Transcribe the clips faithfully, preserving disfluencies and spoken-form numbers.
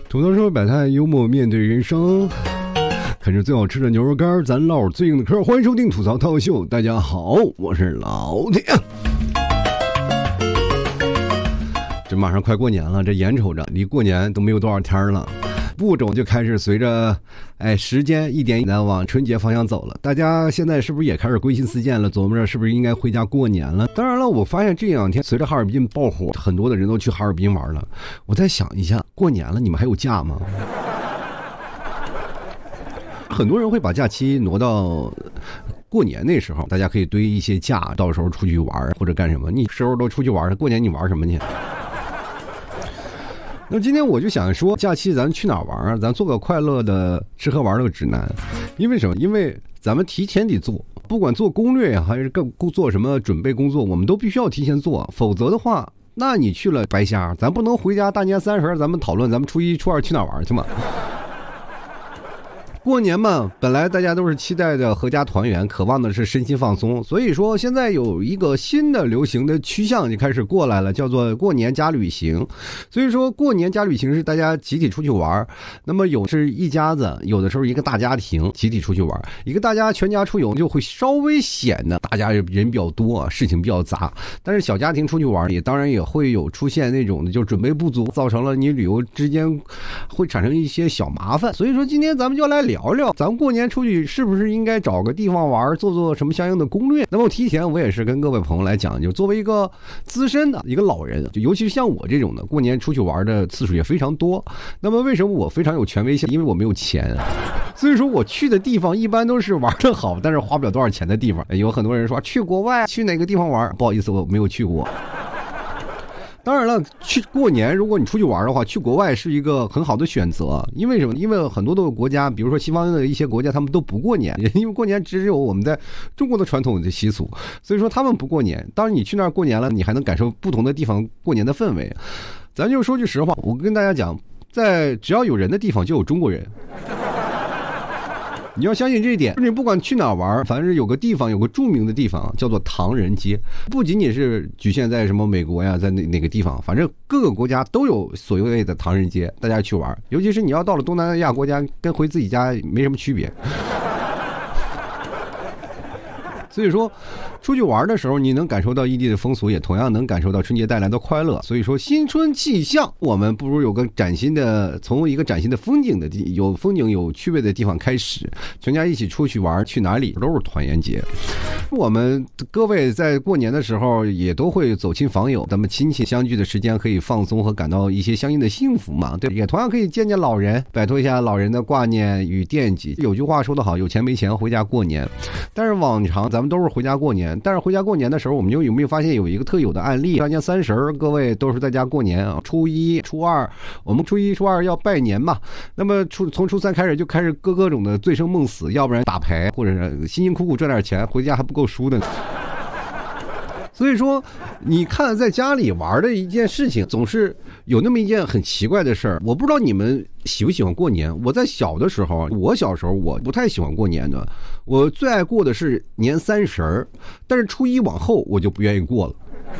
吐槽社会百态，幽默面对人生，啃着最好吃的牛肉干，咱唠最硬的嗑。欢迎收听吐槽套秀，大家好，我是老铁。这马上快过年了，这眼瞅着离过年都没有多少天了，物种就开始随着哎时间一点一点往春节方向走了。大家现在是不是也开始归心似箭了，琢磨着是不是应该回家过年了？当然了，我发现这两天随着哈尔滨爆火，很多的人都去哈尔滨玩了。我再想一下，过年了你们还有假吗？很多人会把假期挪到过年那时候，大家可以堆一些假，到时候出去玩或者干什么。你时候都出去玩，过年你玩什么去？那今天我就想说，假期咱去哪玩？咱做个快乐的吃喝玩乐指南。因为什么？因为咱们提前得做，不管做攻略呀，还是更做什么准备工作，我们都必须要提前做，否则的话，那你去了白瞎。咱不能回家大年三十咱们讨论咱们初一初二去哪玩去嘛。过年嘛，本来大家都是期待着合家团圆，渴望的是身心放松，所以说现在有一个新的流行的趋向就开始过来了，叫做过年加旅行。所以说过年加旅行是大家集体出去玩，那么有是一家子，有的时候一个大家庭集体出去玩，一个大家全家出游就会稍微显得大家人比较多，事情比较杂。但是小家庭出去玩也当然也会有出现那种的就准备不足，造成了你旅游之间会产生一些小麻烦。所以说今天咱们就来聊聊聊咱们过年出去是不是应该找个地方玩，做做什么相应的攻略。那么提前我也是跟各位朋友来讲，就作为一个资深的一个老人，就尤其是像我这种的过年出去玩的次数也非常多。那么为什么我非常有权威性？因为我没有钱，所以说我去的地方一般都是玩得好但是花不了多少钱的地方。有很多人说去国外去哪个地方玩，不好意思我没有去过。当然了，去过年如果你出去玩的话，去国外是一个很好的选择。因为什么？因为很多的国家，比如说西方的一些国家，他们都不过年，因为过年只有我们在中国的传统的习俗，所以说他们不过年。当然你去那儿过年了，你还能感受不同的地方过年的氛围。咱就说句实话，我跟大家讲，在只要有人的地方就有中国人。你要相信这一点，你不管去哪玩，反正有个地方，有个著名的地方叫做唐人街，不仅仅是局限在什么美国呀，在那哪个地方，反正各个国家都有所谓的唐人街，大家去玩。尤其是你要到了东南亚国家，跟回自己家没什么区别。所以说出去玩的时候，你能感受到异地的风俗，也同样能感受到春节带来的快乐。所以说新春气象，我们不如有个崭新的，从一个崭新的风景的地，有风景有趣味的地方开始，全家一起出去玩，去哪里都是团圆节。我们各位在过年的时候也都会走亲访友，咱们亲戚相聚的时间可以放松和感到一些相应的幸福嘛，对，也同样可以见见老人，摆脱一下老人的挂念与惦记。有句话说得好，有钱没钱回家过年。但是往常咱们都是回家过年，但是回家过年的时候，我们就有没有发现有一个特有的案例？大年三十各位都是在家过年啊，初一初二我们初一初二要拜年嘛，那么初从初三开始就开始各各种的醉生梦死，要不然打牌，或者是辛辛苦苦赚点钱回家还不够输的。所以说你看在家里玩的一件事情，总是有那么一件很奇怪的事儿。我不知道你们喜不喜欢过年。我在小的时候，我小时候我不太喜欢过年的，我最爱过的是年三十，但是初一往后我就不愿意过了。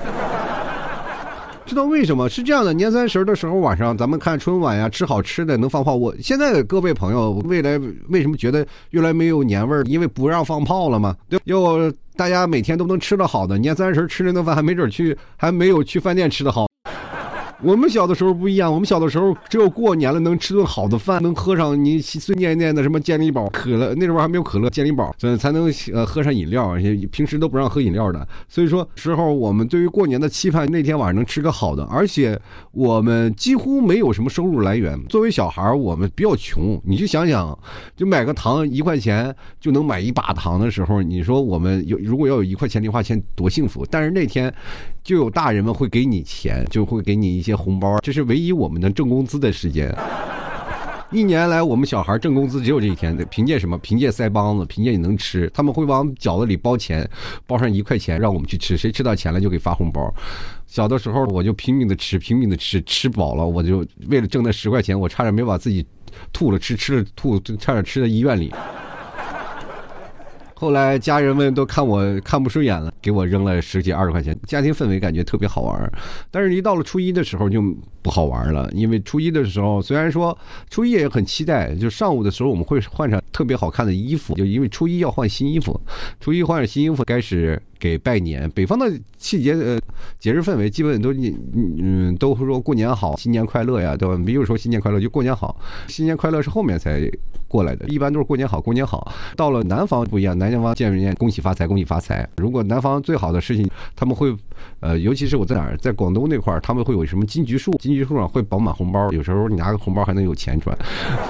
知道为什么？是这样的，年三十的时候晚上咱们看春晚呀，吃好吃的，能放炮。我现在的各位朋友未来为什么觉得越来没有年味儿？因为不让放炮了嘛，对，又大家每天都能吃得好的，年三十吃那顿饭还没准去，还没有去饭店吃得好。我们小的时候不一样，我们小的时候只有过年了能吃顿好的饭，能喝上你碎念念的什么健力宝、可乐，那时候还没有可乐，健力宝才能呃喝上饮料，平时都不让喝饮料的。所以说时候我们对于过年的期盼，那天晚上能吃个好的，而且我们几乎没有什么收入来源。作为小孩我们比较穷，你就想想，就买个糖一块钱就能买一把糖的时候，你说我们有如果要有一块钱零花钱多幸福。但是那天就有大人们会给你钱，就会给你一些红包，这是唯一我们能挣工资的时间。一年来我们小孩挣工资只有这一天，凭借什么？凭借腮帮子，凭借你能吃。他们会往饺子里包钱，包上一块钱让我们去吃，谁吃到钱了就给发红包。小的时候我就拼命的吃，拼命的吃，吃饱了我就为了挣那十块钱，我差点没把自己吐了吃，吃了吐，差点吃在医院里。 后来家人们都看我看不顺眼了，给我扔了十几二十块钱，家庭氛围感觉特别好玩。但是一到了初一的时候就不好玩了，因为初一的时候虽然说初一也很期待，就上午的时候我们会换上特别好看的衣服，就因为初一要换新衣服，初一换上新衣服开始给拜年。北方的季节呃节日氛围基本都嗯都会说过年好，新年快乐呀，对吧？没有说新年快乐，就过年好。新年快乐是后面才过来的，一般都是过年好，过年好。到了南方不一样，南方见人家恭喜发财，恭喜发财。如果南方最好的事情，他们会呃，尤其是我在哪儿，在广东那块儿，他们会有什么金桔树，金桔树上会绑满红包，有时候你拿个红包还能有钱赚。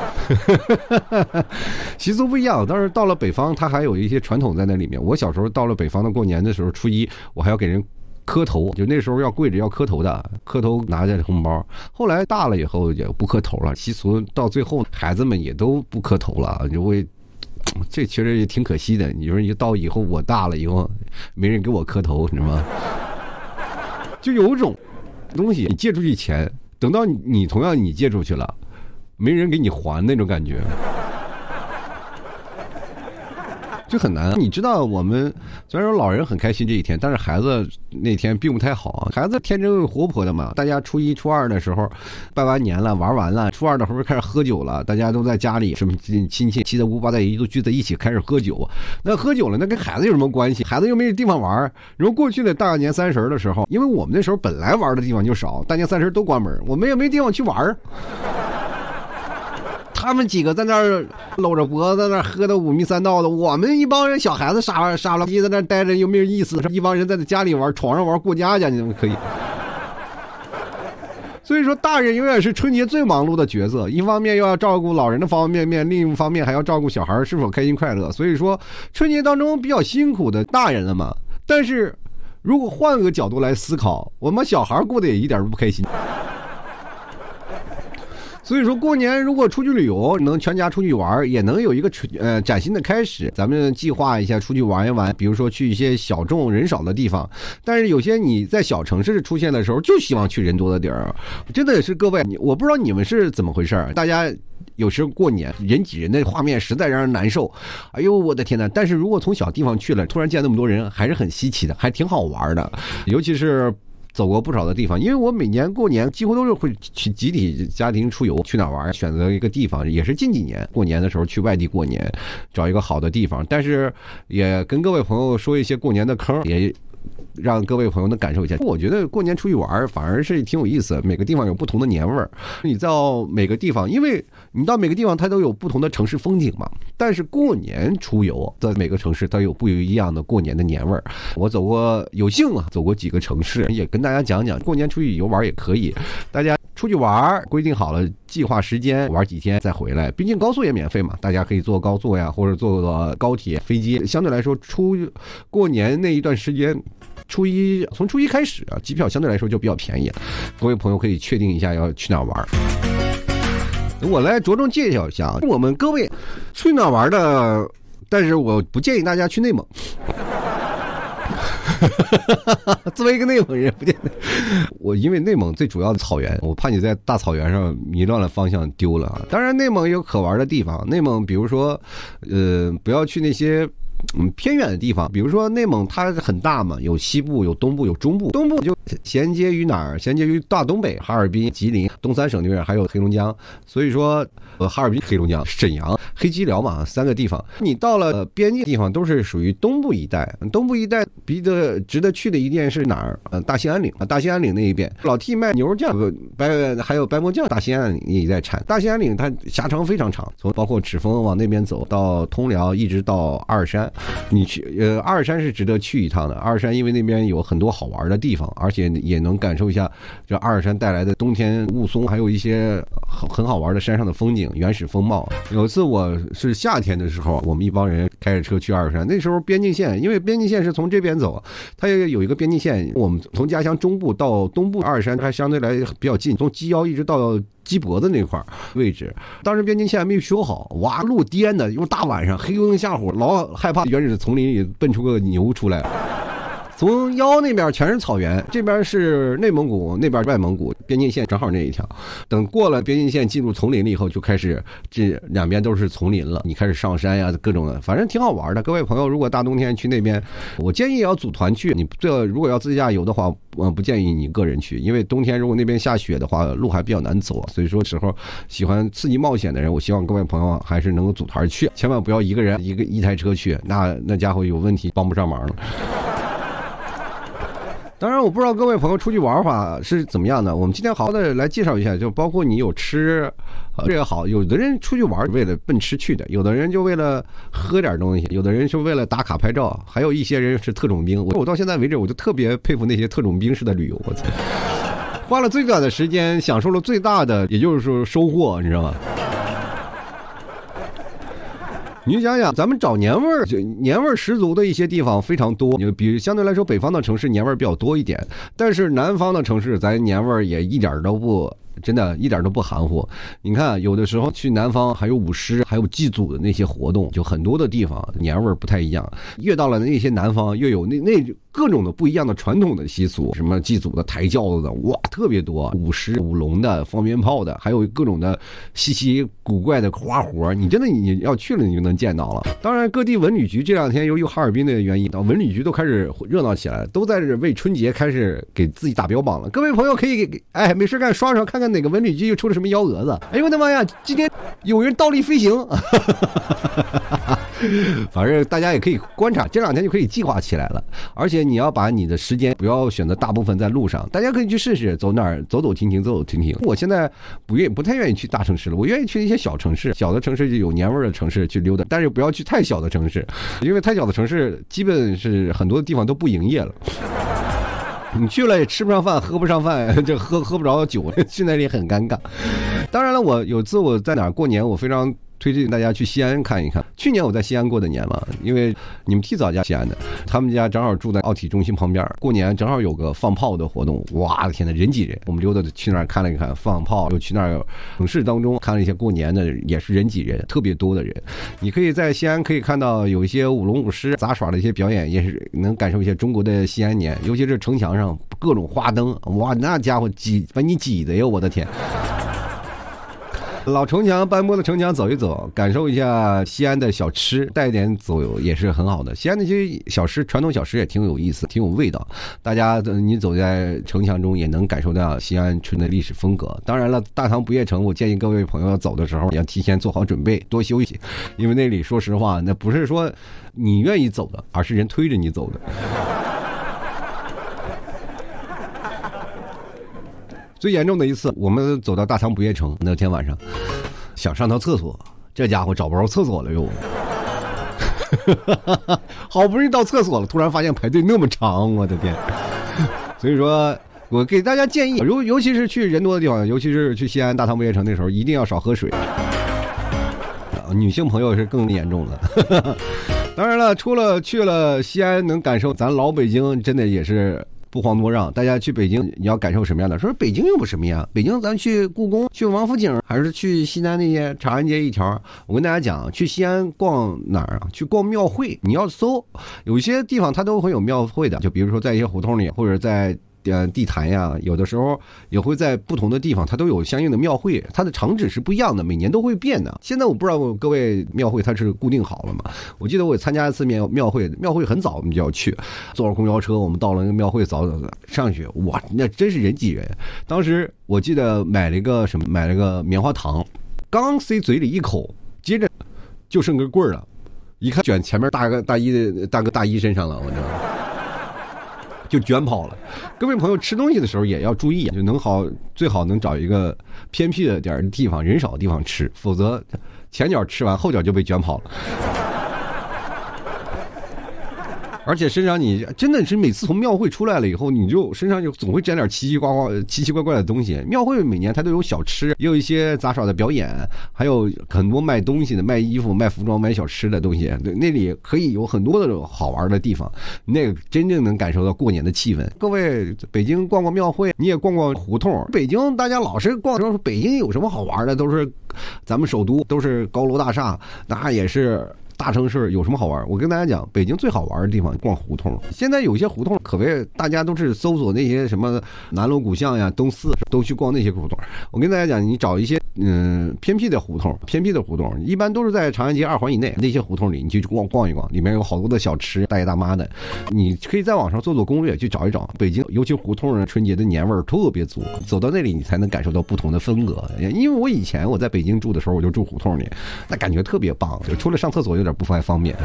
习俗不一样，但是到了北方，它还有一些传统在那里面。我小时候到了北方的过年的时候，初一我还要给人磕头，就那时候要跪着要磕头的，磕头拿着红包。后来大了以后也不磕头了，习俗到最后孩子们也都不磕头了，就会。这其实也挺可惜的。你说一到以后我大了以后，没人给我磕头，你知道吗？就有一种东西，你借出去钱，等到你你同样你借出去了，没人给你还那种感觉。就很难。你知道我们虽然说老人很开心这一天，但是孩子那天并不太好。孩子天真活泼的嘛，大家初一初二的时候拜完年了，玩完了，初二的时候开始喝酒了，大家都在家里，什么亲戚七大姑八大姨都聚在一起开始喝酒。那喝酒了，那跟孩子有什么关系？孩子又没地方玩。然后过去的大年三十的时候，因为我们那时候本来玩的地方就少，大年三十都关门，我们也没地方去玩。他们几个在那儿搂着脖子，在那儿喝的五迷三道的，我们一帮人小孩子傻傻了逼在那儿待着，又没有意思。一帮人在家里玩，床上玩过家家，你们可以。所以说，大人永远是春节最忙碌的角色，一方面又要照顾老人的方方面面，另一方面还要照顾小孩是否开心快乐。所以说，春节当中比较辛苦的大人了嘛。但是，如果换个角度来思考，我们小孩过得也一点都不开心。所以说过年如果出去旅游，能全家出去玩，也能有一个呃崭新的开始。咱们计划一下出去玩一玩，比如说去一些小众人少的地方。但是有些你在小城市出现的时候，就希望去人多的地儿。真的是各位，我不知道你们是怎么回事，大家有时候过年人挤人的画面实在让人难受。哎呦我的天哪！但是如果从小地方去了，突然见那么多人，还是很稀奇的，还挺好玩的。尤其是走过不少的地方，因为我每年过年几乎都是会去集体家庭出游，去哪玩选择一个地方，也是近几年过年的时候去外地过年，找一个好的地方。但是也跟各位朋友说一些过年的坑，也让各位朋友能感受一下。我觉得过年出去玩反而是挺有意思，每个地方有不同的年味儿。你到每个地方，因为你到每个地方它都有不同的城市风景嘛，但是过年出游在每个城市它有不一样的过年的年味儿。我走过有幸啊走过几个城市，也跟大家讲讲过年出去游玩也可以。大家出去玩规定好了计划时间，玩几天再回来，毕竟高速也免费嘛，大家可以坐高速呀，或者坐高铁飞机。相对来说出过年那一段时间，初一从初一开始啊，机票相对来说就比较便宜了。各位朋友可以确定一下要去哪玩。我来着重介绍一下我们各位去哪玩的，但是我不建议大家去内蒙。作为一个内蒙人，不见得我因为内蒙最主要的草原，我怕你在大草原上迷乱了方向丢了啊。当然内蒙有可玩的地方，内蒙比如说呃不要去那些嗯，偏远的地方，比如说内蒙它很大嘛，有西部有东部有中部，东部就衔接于哪儿？衔接于大东北，哈尔滨、吉林、东三省那边还有黑龙江。所以说呃哈尔滨、黑龙江、沈阳、黑吉辽嘛三个地方，你到了边境地方都是属于东部一带。东部一带比较值得去的一店是哪儿？呃大兴安岭啊，大兴安岭那一边老 T 卖牛肉酱，白还有白馍酱，大兴安岭也在产。大兴安岭它狭长非常长，从包括赤峰往那边走到通辽一直到阿尔山。你去呃阿尔山是值得去一趟的，阿尔山因为那边有很多好玩的地方，而且也能感受一下这阿尔山带来的冬天雾凇，还有一些很好玩的山上的风景、原始风貌。有一次我是夏天的时候，我们一帮人开着车去阿尔山，那时候边境线，因为边境线是从这边走，它也有一个边境线，我们从家乡中部到东部阿尔山还相对来比较近，从鸡腰一直到鸡脖子那块位置，当时边境线还没有修好，哇，路颠的，因为大晚上黑灯瞎火，老害怕原始丛林里蹦出个牛出来。 从腰那边全是草原，这边是内蒙古，那边外蒙古边境线正好那一条。等过了边境线进入丛林了以后，就开始这两边都是丛林了，你开始上山呀，各种的，反正挺好玩的。各位朋友，如果大冬天去那边，我建议要组团去。你这如果要自驾游的话，我不建议你个人去，因为冬天如果那边下雪的话，路还比较难走。所以说时候喜欢刺激冒险的人，我希望各位朋友还是能够组团去，千万不要一个人一个一台车去，那那家伙有问题帮不上忙了。当然我不知道各位朋友出去玩法是怎么样的，我们今天好好的来介绍一下，就包括你有吃呃这个好，有的人出去玩为了奔吃去的，有的人就为了喝点东西，有的人是为了打卡拍照，还有一些人是特种兵。我我到现在为止我就特别佩服那些特种兵式的旅游，我操，花了最短的时间享受了最大的也就是说收获，你知道吗？你想想，咱们找年味儿，年味儿十足的一些地方非常多。你比如相对来说，北方的城市年味儿比较多一点，但是南方的城市咱年味儿也一点都不。真的一点都不含糊。你看有的时候去南方还有舞狮还有祭祖的那些活动，就很多的地方年味儿不太一样。越到了那些南方越有那那各种的不一样的传统的习俗，什么祭祖的抬轿子的哇特别多，舞狮舞龙的放鞭炮的，还有各种的稀奇古怪的花活，你真的你要去了你就能见到了。当然各地文旅局这两天由于哈尔滨的原因，文旅局都开始热闹起来，都在这为春节开始给自己打标榜了。各位朋友可以给哎没事干刷刷看看哪个文旅局又出了什么幺蛾子。哎呦我的妈呀，今天有人倒立飞行反正大家也可以观察，这两天就可以计划起来了。而且你要把你的时间不要选择大部分在路上，大家可以去试试走哪儿走走停停走走停停。我现在不愿不太愿意去大城市了，我愿意去一些小城市，小的城市就有年味的城市去溜达，但是不要去太小的城市，因为太小的城市基本是很多地方都不营业了。你去了也吃不上饭喝不上饭，这喝喝不着酒，去那里很尴尬。当然了，我有次我在哪儿过年，我非常推荐大家去西安看一看。去年我在西安过的年嘛，因为你们提早家西安的，他们家正好住在奥体中心旁边，过年正好有个放炮的活动，哇的天哪，人挤人。我们溜达去那儿看了一看放炮，又去那儿城市当中看了一些过年的，也是人挤人，特别多的人。你可以在西安可以看到有一些舞龙舞狮杂耍的一些表演，也是能感受一些中国的西安年，尤其是城墙上各种花灯，哇那家伙挤把你挤的哟，我的天。老城墙斑驳的城墙走一走，感受一下西安的小吃，带一点走也是很好的。西安那些小吃传统小吃也挺有意思挺有味道，大家你走在城墙中也能感受到西安春的历史风格。当然了，大唐不夜城我建议各位朋友走的时候要提前做好准备，多休息，因为那里说实话那不是说你愿意走的，而是人推着你走的。最严重的一次，我们走到大唐不夜城那天晚上，想上趟厕所，这家伙找不着厕所了又。好不容易到厕所了，突然发现排队那么长，我的天！所以说，我给大家建议，尤尤其是去人多的地方，尤其是去西安大唐不夜城那时候，一定要少喝水。女性朋友是更严重了。当然了，除了去了西安能感受，咱老北京真的也是。不遑多让，大家去北京你要感受什么样的？说北京又不什么样，北京咱去故宫、去王府井，还是去西南那些长安街一条？我跟大家讲，去西安逛哪儿啊？去逛庙会，你要搜，有一些地方它都会有庙会的，就比如说在一些胡同里，或者在。呃，地坛呀，有的时候也会在不同的地方，它都有相应的庙会，它的场址是不一样的，每年都会变的。现在我不知道各位庙会它是固定好了吗？我记得我参加一次庙庙会，庙会很早我们就要去，坐着公交车，我们到了那个庙会早早上去，哇，那真是人挤人。当时我记得买了一个什么，买了个棉花糖，刚塞嘴里一口，接着就剩个棍儿了，一看卷前面大个大衣的大个大衣身上了，我知道。就卷跑了。各位朋友吃东西的时候也要注意，就能好最好能找一个偏僻的点地方，人少的地方吃，否则前脚吃完后脚就被卷跑了。而且身上你真的是每次从庙会出来了以后，你就身上就总会沾点奇奇怪怪、奇奇怪怪的东西。庙会每年它都有小吃，也有一些杂耍的表演，还有很多卖东西的、卖衣服、卖服装、卖小吃的东西。对，那里可以有很多的好玩的地方，那个真正能感受到过年的气氛。各位，北京逛逛庙会，你也逛逛胡同。北京大家老是逛说北京有什么好玩的，都是咱们首都都是高楼大厦，那也是。 大城市有什么好玩？我跟大家讲，北京最好玩的地方逛胡同。现在有些胡同可谓大家都是搜索那些什么南锣鼓巷呀、东四，都去逛那些胡同。我跟大家讲，你找一些嗯偏僻的胡同，偏僻的胡同一般都是在长安街二环以内那些胡同里，你就去逛逛一逛，里面有好多的小吃，大爷大妈的，你可以在网上做做攻略，去找一找。北京尤其胡同春节的年味儿特别足，走到那里你才能感受到不同的风格。因为我以前我在北京住的时候，我就住胡同里，那感觉特别棒，就除了上厕所有点不太方便。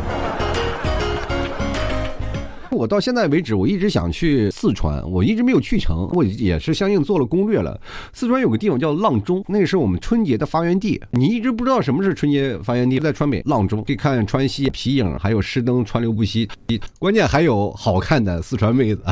我到现在为止，我一直想去四川，我一直没有去成，我也是相应做了攻略了。四川有个地方叫阆中，那是我们春节的发源地。你一直不知道什么是春节发源地，在川北阆中可以看川西皮影，还有施灯川流不息，关键还有好看的四川妹子。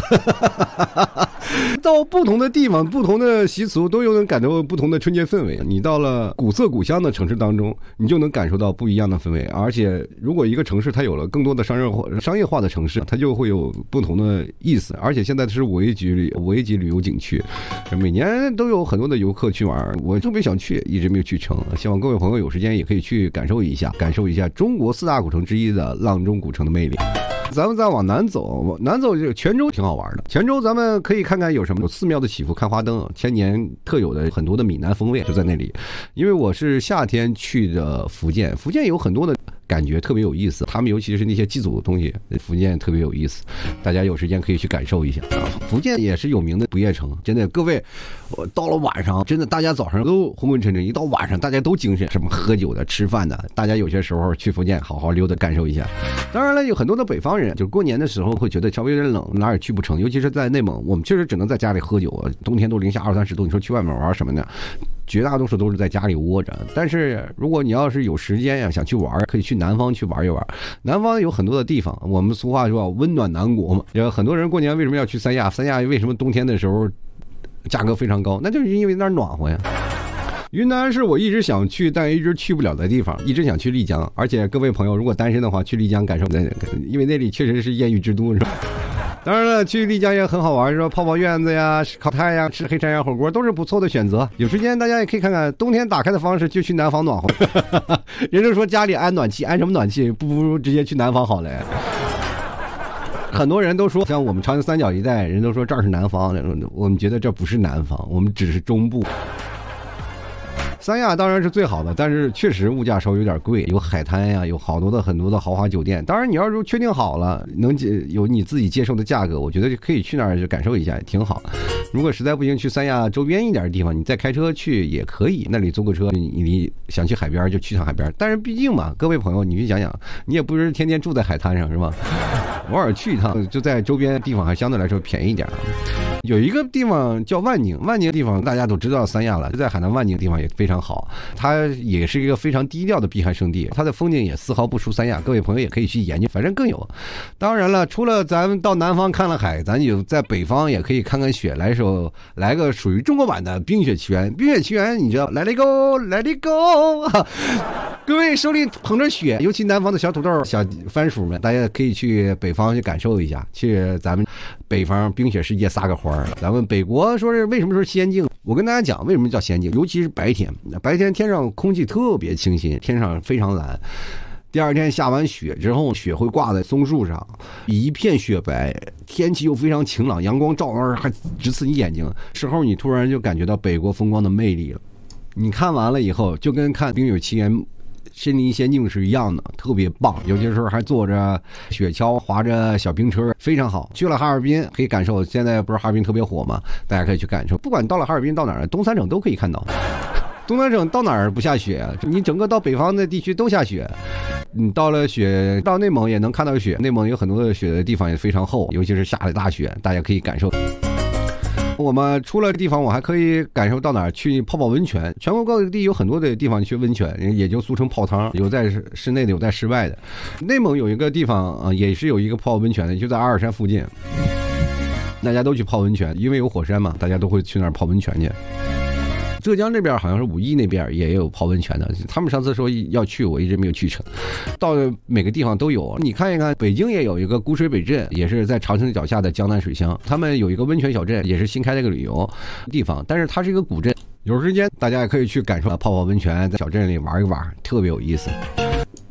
到不同的地方，不同的习俗都有能感受不同的春节氛围。你到了古色古香的城市当中，你就能感受到不一样的氛围。而且如果一个城市它有了更多的商业化商业化的城市，它就会有不同的意思。而且现在是五 A 级五 A 级旅游景区，每年都有很多的游客去玩，我特别想去，一直没有去成。希望各位朋友有时间也可以去感受一下，感受一下中国四大古城之一的阆中古城的魅力。咱们再往南走，南走就泉州挺好玩的。泉州咱们可以看看有什么，有寺庙的祈福、看花灯，千年特有的很多的闽南风味就在那里。因为我是夏天去的福建，福建有很多的感觉特别有意思，他们尤其是那些祭祖的东西，福建特别有意思，大家有时间可以去感受一下。福建也是有名的不夜城，真的，各位，我到了晚上，真的大家早上都昏昏沉沉，一到晚上大家都精神，什么喝酒的、吃饭的，大家有些时候去福建好好溜达感受一下。当然了，有很多的北方人，就是过年的时候会觉得稍微有点冷，哪儿也去不成，尤其是在内蒙，我们确实只能在家里喝酒，冬天都零下二三十度，你说去外面玩什么呢？绝大多数都是在家里窝着。但是如果你要是有时间呀，想去玩，可以去南方去玩一玩。南方有很多的地方，我们俗话说温暖南国嘛。有很多人过年为什么要去三亚？三亚为什么冬天的时候价格非常高？那就是因为那儿暖和呀。云南是我一直想去但一直去不了的地方，一直想去丽江。而且各位朋友如果单身的话，去丽江感受，因为那里确实是艳遇之都，是吧？当然了，去丽江也很好玩，说泡泡院子呀、烤炭呀、吃黑山羊火锅都是不错的选择。有时间大家也可以看看冬天打开的方式，就去南方暖和。人家说家里安暖气，安什么暖气？不如直接去南方好嘞。很多人都说，像我们长江三角一带，人都说这儿是南方，我们觉得这不是南方，我们只是中部。三亚当然是最好的，但是确实物价稍微有点贵，有海滩呀，有好多的很多的豪华酒店。当然你要是确定好了能有你自己接受的价格，我觉得可以去那儿就感受一下，也挺好。如果实在不行，去三亚周边一点的地方，你再开车去也可以，那里租个车，你你想去海边就去趟海边。但是毕竟嘛，各位朋友，你去想想，你也不是天天住在海滩上，是吧？偶尔去一趟，就在周边地方还相对来说便宜一点。有一个地方叫万宁，万宁的地方大家都知道三亚了，就在海南万宁的地方也非常好，它也是一个非常低调的避寒胜地，它的风景也丝毫不输三亚，各位朋友也可以去研究，反正更有。当然了，除了咱们到南方看了海，咱就在北方也可以看看雪，来首来个属于中国版的《冰雪奇缘》。《冰雪奇缘》你知道 ，Let it go，Let it go， 各位手里捧着雪，尤其南方的小土豆、小番薯们，大家可以去北方去感受一下，去咱们北方冰雪世界撒个欢。咱们北国说是为什么说仙境？我跟大家讲为什么叫仙境，尤其是白天，白天天上空气特别清新，天上非常蓝。第二天下完雪之后，雪会挂在松树上，一片雪白，天气又非常晴朗，阳光照那儿还直刺你眼睛，时候你突然就感觉到北国风光的魅力了。你看完了以后，就跟看《冰雪奇缘》身临仙境是一样的，特别棒。有些时候还坐着雪橇，滑着小冰车，非常好。去了哈尔滨可以感受，现在不是哈尔滨特别火吗？大家可以去感受。不管到了哈尔滨到哪儿，东三省都可以看到。东三省到哪儿不下雪啊？你整个到北方的地区都下雪。你到了雪，到内蒙也能看到雪。内蒙有很多的雪的地方也非常厚，尤其是下了大雪，大家可以感受。我们出了地方，我还可以感受到哪儿去泡泡温泉。全国各地有很多的地方去温泉，也就俗称泡汤，有在室内的，有在室外的。内蒙有一个地方啊，也是有一个泡温泉的，就在阿尔山附近，大家都去泡温泉，因为有火山嘛，大家都会去那儿泡温泉去。浙江这边好像是武义那边也有泡温泉的，他们上次说要去，我一直没有去成。到每个地方都有，你看一看，北京也有一个孤水北镇，也是在长城脚下的江南水乡，他们有一个温泉小镇，也是新开了一个旅游地方，但是它是一个古镇，有时间大家也可以去感受泡泡温泉，在小镇里玩一玩，特别有意思。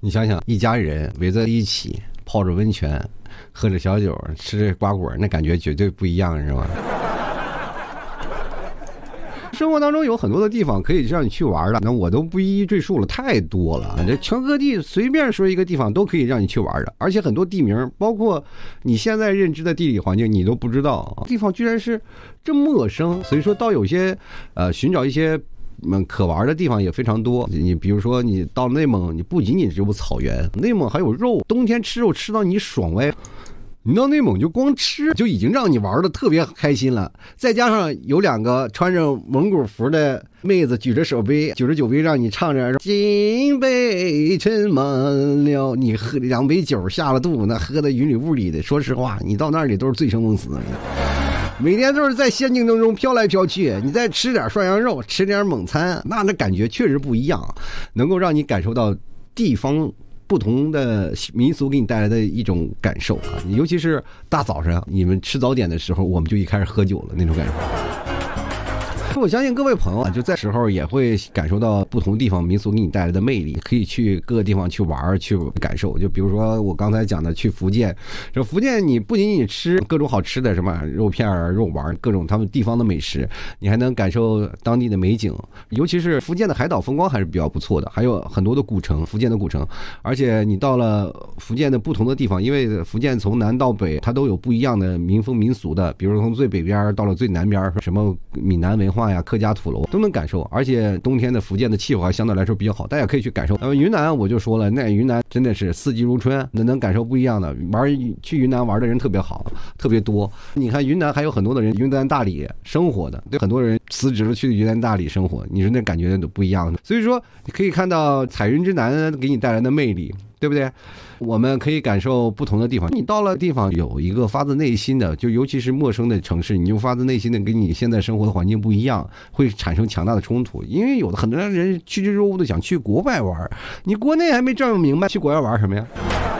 你想想，一家人围在一起，泡着温泉，喝着小酒，吃着瓜果，那感觉绝对不一样，是吧？生活当中有很多的地方可以让你去玩的，那我都不一一赘述了，太多了。这全各地随便说一个地方都可以让你去玩的，而且很多地名，包括你现在认知的地理环境，你都不知道，地方居然是这么陌生。所以说到有些呃寻找一些嗯可玩的地方也非常多。你比如说你到内蒙，你不仅仅只有草原，内蒙还有肉，冬天吃肉吃到你爽歪。你到内蒙就光吃就已经让你玩的特别开心了，再加上有两个穿着蒙古服的妹子举着手杯举着酒杯让你唱着金杯斟满了，你喝两杯酒下了肚，那喝的云里雾里的，说实话你到那里都是醉生梦死的，每天都是在仙境当中飘来飘去，你再吃点涮羊肉吃点猛餐，那那感觉确实不一样，能够让你感受到地方不同的民俗给你带来的一种感受啊，尤其是大早上你们吃早点的时候，我们就一开始喝酒了那种感受。我相信各位朋友啊，就在时候也会感受到不同地方民俗给你带来的魅力，可以去各个地方去玩去感受。就比如说我刚才讲的去福建，这福建你不仅仅吃各种好吃的什么肉片肉丸，各种他们地方的美食，你还能感受当地的美景，尤其是福建的海岛风光还是比较不错的，还有很多的古城，福建的古城。而且你到了福建的不同的地方，因为福建从南到北它都有不一样的民风民俗的，比如从最北边到了最南边，什么闽南文化呀、客家土楼都能感受。而且冬天的福建的气候还相对来说比较好，大家可以去感受。呃，云南我就说了，那云南真的是四季如春，那能感受不一样的。玩去云南玩的人特别好，特别多。你看云南还有很多的人云南大理生活的，对很多人辞职了去云南大理生活，你说那感觉都不一样的。所以说你可以看到彩云之南给你带来的魅力，对不对？我们可以感受不同的地方，你到了地方有一个发自内心的，就尤其是陌生的城市，你就发自内心的跟你现在生活的环境不一样，会产生强大的冲突。因为有的很多人趋之若鹜的想去国外玩，你国内还没整明白，去国外玩什么呀？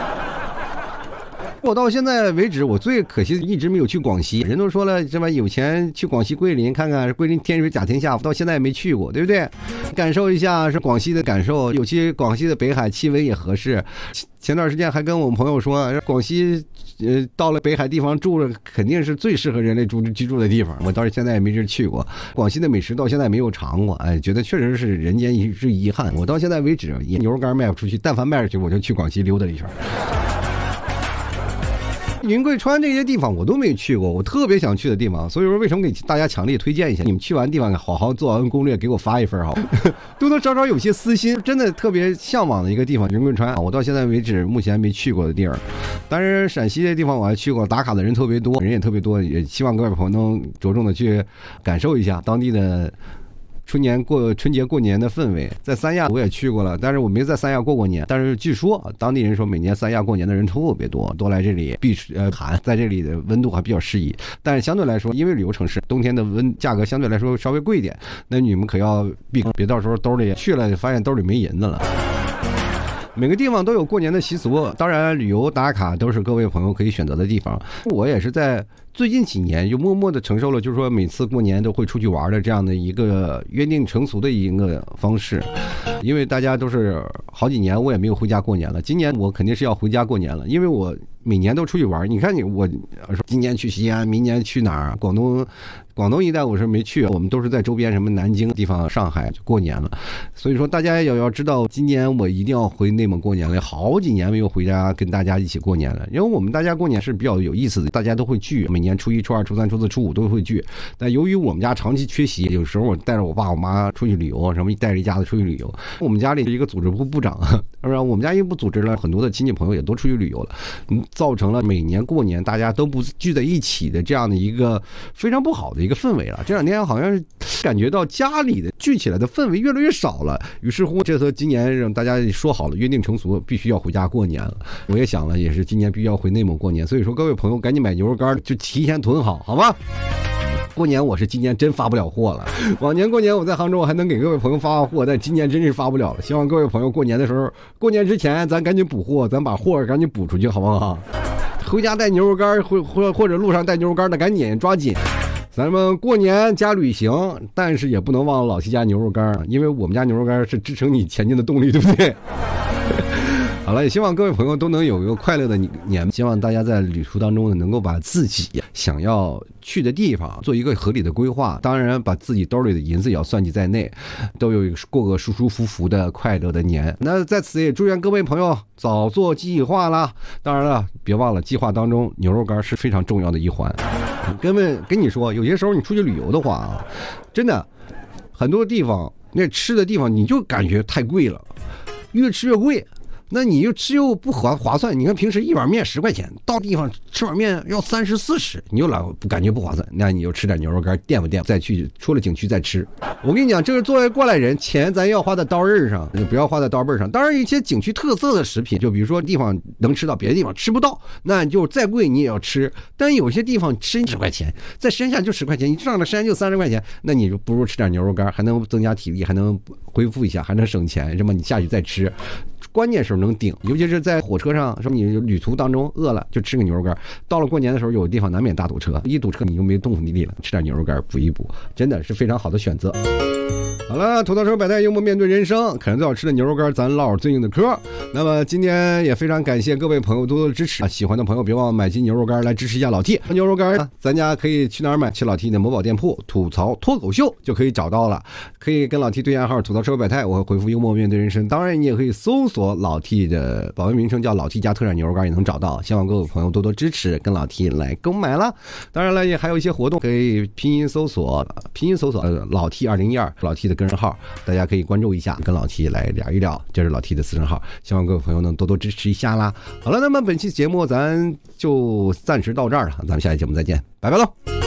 我到现在为止，我最可惜一直没有去广西。人都说了，这么有钱去广西桂林看看，桂林天水甲天下，到现在也没去过，对不对？感受一下是广西的感受，尤其广西的北海气温也合适。前段时间还跟我们朋友说，广西呃到了北海地方住了，肯定是最适合人类住居住的地方。我到现在也没人去过，广西的美食到现在没有尝过，哎，觉得确实是人间一是遗憾。我到现在为止，牛肉干卖不出去，但凡卖出去，我就去广西溜达一圈。云贵川这些地方我都没去过，我特别想去的地方，所以说为什么给大家强烈推荐一下？你们去完地方好好做完攻略，给我发一份好，多多少少有些私心，真的特别向往的一个地方，云贵川，我到现在为止目前没去过的地儿。当然陕西这地方我还去过，打卡的人特别多，人也特别多，也希望各位朋友能着重的去感受一下当地的春年过春节过年的氛围。在三亚我也去过了，但是我没在三亚过过年，但是据说当地人说每年三亚过年的人特别多，都来这里避呃寒，在这里的温度还比较适宜，但是相对来说因为旅游城市冬天的温价格相对来说稍微贵一点，那你们可要避，别到时候兜里去了发现兜里没银子了。每个地方都有过年的习俗，当然旅游打卡都是各位朋友可以选择的地方。我也是在最近几年就默默的承受了，就是说每次过年都会出去玩的这样的一个约定成俗的一个方式。因为大家都是好几年我也没有回家过年了，今年我肯定是要回家过年了，因为我每年都出去玩。你看你我今年去西安，明年去哪儿？广东广东一带我是没去，我们都是在周边什么南京地方、上海就过年了。所以说大家也要知道，今年我一定要回内蒙过年了，好几年没有回家跟大家一起过年了。因为我们大家过年是比较有意思的，大家都会聚，每年初一、初二、初三、初四、初五都会聚。但由于我们家长期缺席，有时候我带着我爸我妈出去旅游，什么带着一家子出去旅游。我们家里一个组织部部长，是吧？我们家一部组织了很多的亲戚朋友也都出去旅游了，嗯，造成了每年过年大家都不聚在一起的这样的一个非常不好的一个氛围了。这两天好像是感觉到家里的聚起来的氛围越来越少了，于是乎这次今年让大家说好了约定成俗，必须要回家过年了。我也想了，也是今年必须要回内蒙过年，所以说各位朋友赶紧买牛肉干，就提前囤好，好吗？过年我是今年真发不了货了，往年过年我在杭州还能给各位朋友发货，但今年真是发不了了。希望各位朋友过年的时候，过年之前咱赶紧补货，咱把货赶紧补出去，好不好？回家带牛肉干，或或或者路上带牛肉干的赶紧抓紧。咱们过年加旅行，但是也不能忘了老七家牛肉干，因为我们家牛肉干是支撑你前进的动力，对不对？ 好了，也希望各位朋友都能有一个快乐的年，希望大家在旅途当中呢，能够把自己想要去的地方做一个合理的规划，当然把自己兜里的银子也要算计在内，都有一个过个舒舒服服的快乐的年。那在此也祝愿各位朋友早做计划啦。当然了，别忘了计划当中牛肉干是非常重要的一环。跟问跟你说，有些时候你出去旅游的话啊，真的很多地方那吃的地方你就感觉太贵了，越吃越贵。那你又吃又不划划算，你看平时一碗面十块钱，到地方吃碗面要三十四十，你又老感觉不划算，那你就吃点牛肉干垫吧垫，再去出了景区再吃。我跟你讲，这是作为过来人，钱咱要花在刀刃上，不要花在刀背上。当然，一些景区特色的食品，就比如说地方能吃到，别的地方吃不到，那就再贵你也要吃。但有些地方吃十块钱，在山下就十块钱，你上了山就三十块钱，那你就不如吃点牛肉干，还能增加体力，还能恢复一下，还能省钱，什么你下去再吃。关键时候能顶，尤其是在火车上，说你旅途当中饿了就吃个牛肉干。到了过年的时候，有的地方难免大堵车，一堵车你就没动力了，吃点牛肉干补一补，真的是非常好的选择。好了，吐槽说百态，幽默面对人生，啃最好吃的牛肉干，咱唠最硬的嗑。那么今天也非常感谢各位朋友多多支持，喜欢的朋友别忘了买斤牛肉干来支持一下老 T。牛肉干咱家可以去哪儿买？去老 T 的某宝店铺吐槽脱口秀就可以找到了，可以跟老 T 对暗号吐槽说百态，我会回复幽默面对人生。当然你也可以搜索老 T 的保温名称叫老 T 家特产牛肉干也能找到，希望各位朋友多多支持，跟老 T 来购买了。当然了，也还有一些活动可以拼音搜索，拼音搜索、呃、老 T 二零一二老 T 的个人号，大家可以关注一下，跟老 T 来聊一聊，这是老 T 的私人号，希望各位朋友能多多支持一下啦。好了，那么本期节目咱就暂时到这儿了，咱们下期节目再见，拜拜喽。